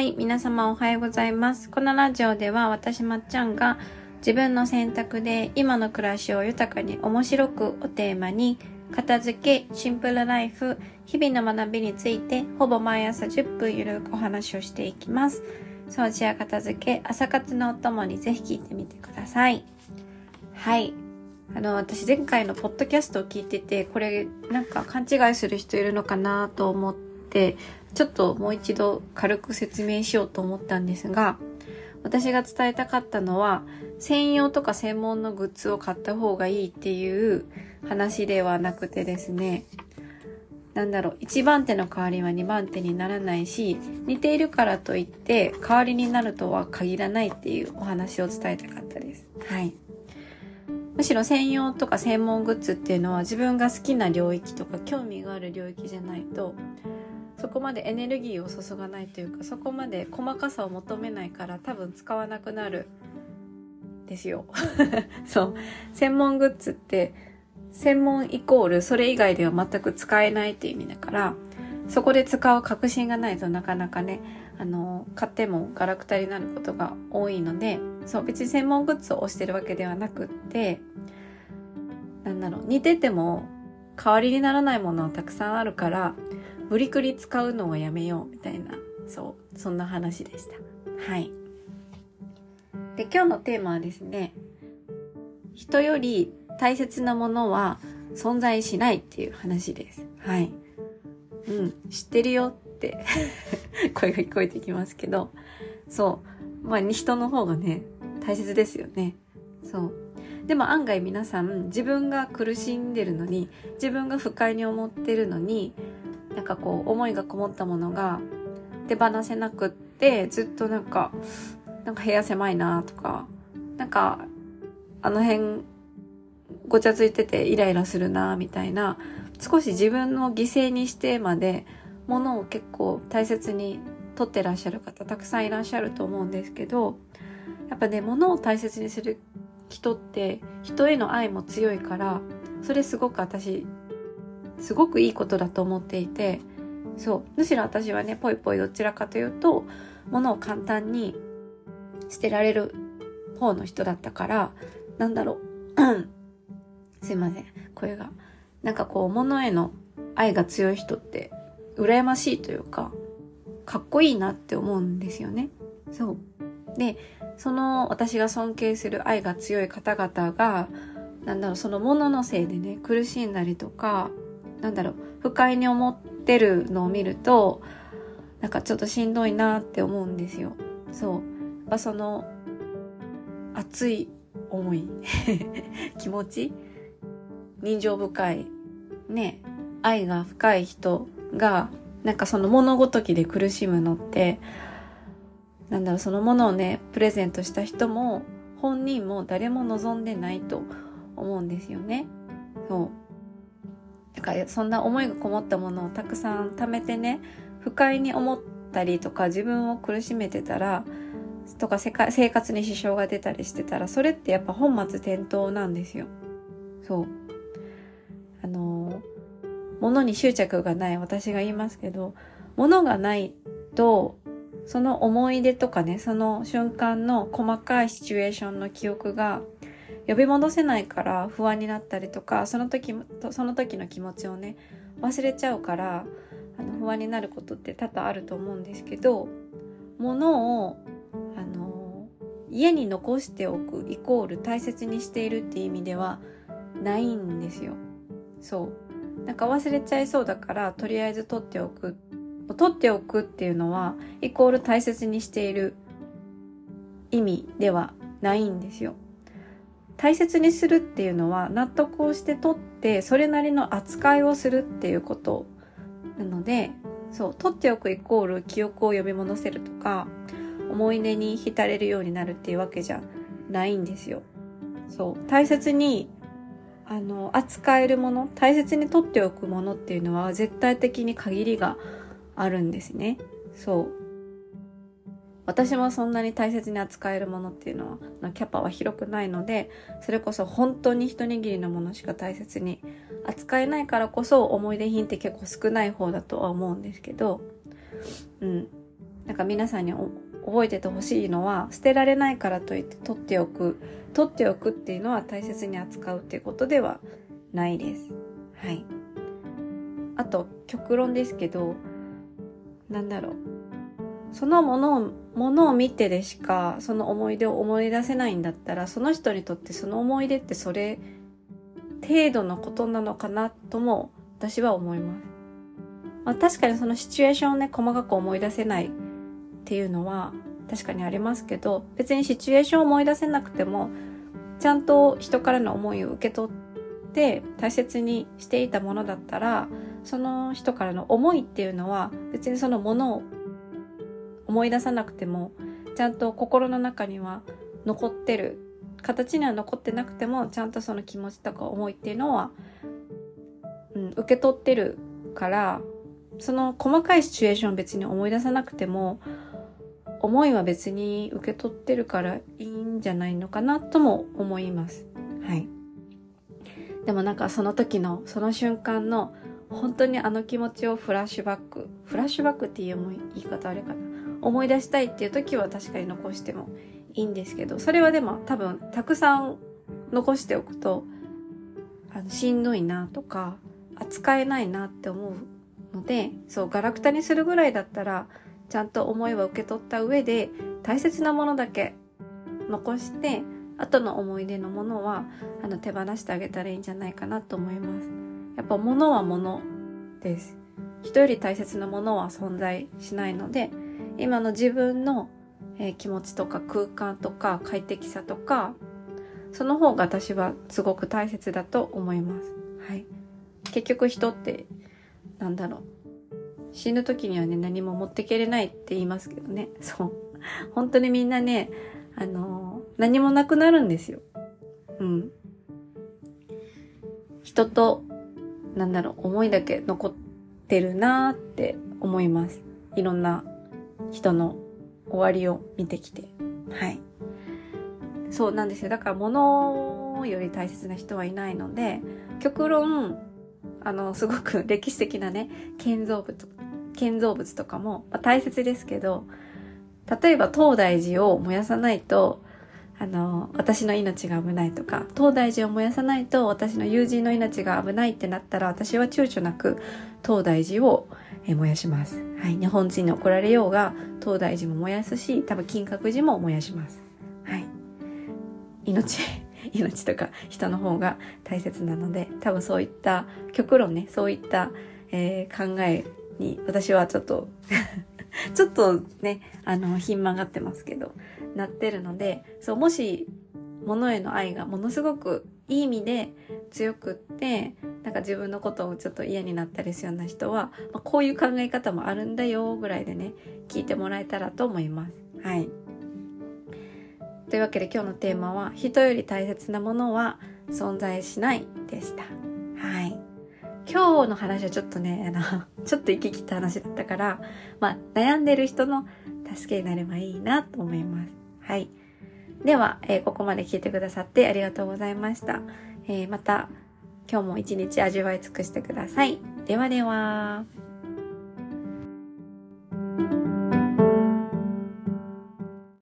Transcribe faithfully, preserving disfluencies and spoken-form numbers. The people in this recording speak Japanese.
はい、皆様おはようございます。このラジオでは私まっちゃんが自分の選択で今の暮らしを豊かに面白くをテーマに片付け、シンプルライフ、日々の学びについてほぼ毎朝じゅっぷんゆるくお話をしていきます。掃除や片付け、朝活のお供にぜひ聞いてみてください。はい。あの、私前回のポッドキャストを聞いてて、これなんか勘違いする人いるのかなと思って、ちょっともう一度軽く説明しようと思ったんですが、私が伝えたかったのは、専用とか専門のグッズを買った方がいいっていう話ではなくてですね、なんだろう、いちばん手の代わりはにばん手にならないし、似ているからといって代わりになるとは限らないっていうお話を伝えたかったです。はい。むしろ専用とか専門グッズっていうのは自分が好きな領域とか興味がある領域じゃないと、そこまでエネルギーを注がないというか、そこまで細かさを求めないから多分使わなくなるですよ。そう。専門グッズって専門イコールそれ以外では全く使えないっていう意味だから、そこで使う確信がないとなかなかね、あの買ってもガラクタになることが多いので、そう別に専門グッズを推してるわけではなくって、なんだろう、似てても代わりにならないものはたくさんあるから、無理くり使うのはやめようみたいな、そうそんな話でした。はい。で、今日のテーマはですね、人より大切なものは存在しないっていう話です。はい。うん、知ってるよって声が聞こえてきますけど、そう、まあ人の方がね大切ですよね。そう。でも案外皆さん自分が苦しんでるのに、自分が不快に思ってるのに、なんかこう思いがこもったものが手放せなくって、ずっとなんかなんか部屋狭いなとか、なんかあの辺ごちゃついててイライラするなみたいな、少し自分の犠牲にしてまで物を結構大切に取ってらっしゃる方たくさんいらっしゃると思うんですけど、やっぱね、物を大切にする人って人への愛も強いから、それすごく私すごくいいことだと思っていて、そう、むしろ私はね、ぽいぽいどちらかというと物を簡単に捨てられる方の人だったから、なんだろうすいません、声がなんかこう物への愛が強い人って羨ましいというか、かっこいいなって思うんですよね。そうで、その私が尊敬する愛が強い方々が、なんだろう、その物のせいでね苦しんだりとか、なんだろう、不快に思ってるのを見ると、なんかちょっとしんどいなって思うんですよ。そう、やっぱその熱い思い気持ち、人情深いね、愛が深い人がなんかその物ごときで苦しむのって、なんだろう、そのものをねプレゼントした人も本人も誰も望んでないと思うんですよね。そうだから、そんな思いがこもったものをたくさん貯めてね、不快に思ったりとか自分を苦しめてたらとか、生活に支障が出たりしてたら、それってやっぱ本末転倒なんですよ。そう、あの物に執着がない私が言いますけど、物がないとその思い出とかね、その瞬間の細かいシチュエーションの記憶が呼び戻せないから不安になったりとか、その時その時の気持ちをね忘れちゃうから、あの不安になることって多々あると思うんですけど、物をあの家に残しておくイコール大切にしているっていう意味ではないんですよ。そう、なんか忘れちゃいそうだからとりあえず取っておく、取っておくっていうのはイコール大切にしている意味ではないんですよ。大切にするっていうのは納得をして取ってそれなりの扱いをするっていうことなので、そう、取っておくイコール記憶を呼び戻せるとか思い出に浸れるようになるっていうわけじゃないんですよ。そう、大切にあの扱えるもの、大切に取っておくものっていうのは絶対的に限りがあるんですね。そう、私もそんなに大切に扱えるものっていうのはのキャパは広くないので、それこそ本当に一握りのものしか大切に扱えないからこそ思い出品って結構少ない方だとは思うんですけど、うん、 なんか皆さんに覚えててほしいのは、捨てられないからといって取っておく取っておくっていうのは大切に扱うっていうことではないです。はい。あと極論ですけど、なんだろう、そのものをものを見てでしかその思い出を思い出せないんだったら、その人にとってその思い出ってそれ程度のことなのかなとも私は思います。まあ、確かにそのシチュエーションをね細かく思い出せないっていうのは確かにありますけど、別にシチュエーションを思い出せなくてもちゃんと人からの思いを受け取って大切にしていたものだったら、その人からの思いっていうのは別にそのものを思い出さなくてもちゃんと心の中には残ってる、形には残ってなくてもちゃんとその気持ちとか思いっていうのは、うん、受け取ってるから、その細かいシチュエーション別に思い出さなくても思いは別に受け取ってるからいいんじゃないのかなとも思います。はい。でもなんかその時のその瞬間の本当にあの気持ちをフラッシュバックフラッシュバックっていう言い方あれかな、思い出したいっていう時は確かに残してもいいんですけど、それはでも多分たくさん残しておくとあのしんどいなとか扱えないなって思うので、そうガラクタにするぐらいだったらちゃんと思いは受け取った上で大切なものだけ残して、後の思い出のものはあの手放してあげたらいいんじゃないかなと思います。やっぱ物は物です。人より大切なものは存在しないので、今の自分の、えー、気持ちとか空間とか快適さとか、その方が私はすごく大切だと思います。はい。結局人ってなんだろう、死ぬ時にはね何も持ってけれないって言いますけどね、そう本当にみんなね、あのー、何もなくなるんですよ。うん。人となんだろう、思いだけ残ってるなーって思います。いろんな人の終わりを見てきて、はい。そうなんですよ。だから物より大切な人はいないので、極論あのすごく歴史的なね建造物建造物とかも、まあ、大切ですけど、例えば東大寺を燃やさないとあの私の命が危ないとか、東大寺を燃やさないと私の友人の命が危ないってなったら、私は躊躇なく東大寺を燃やします。はい、日本人に怒られようが東大寺も燃やすし、多分金閣寺も燃やします。はい、命命とか人の方が大切なので、多分そういった極論ね、そういった、えー、考えに私はちょっとちょっとねあのひん曲がってますけどなってるので、そうもし物への愛がものすごくいい意味で強くって、なんか自分のことをちょっと嫌になったりするような人は、まあ、こういう考え方もあるんだよぐらいでね聞いてもらえたらと思います。はい。というわけで今日のテーマは、人より大切なものは存在しないでした。はい。今日の話はちょっとね、あの、ちょっと行き切った話だったから、まあ、悩んでる人の助けになればいいなと思います。はい。では、えー、ここまで聞いてくださってありがとうございました。えー、また、今日も一日味わい尽くしてください。ではでは。